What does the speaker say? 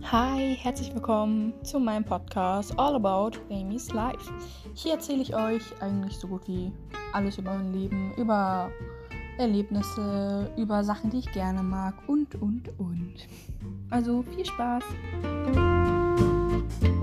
Hi, herzlich willkommen zu meinem Podcast All About Amy's Life. Hier erzähle ich euch eigentlich so gut wie alles über mein Leben, über Erlebnisse, über Sachen, die ich gerne mag und. Also viel Spaß!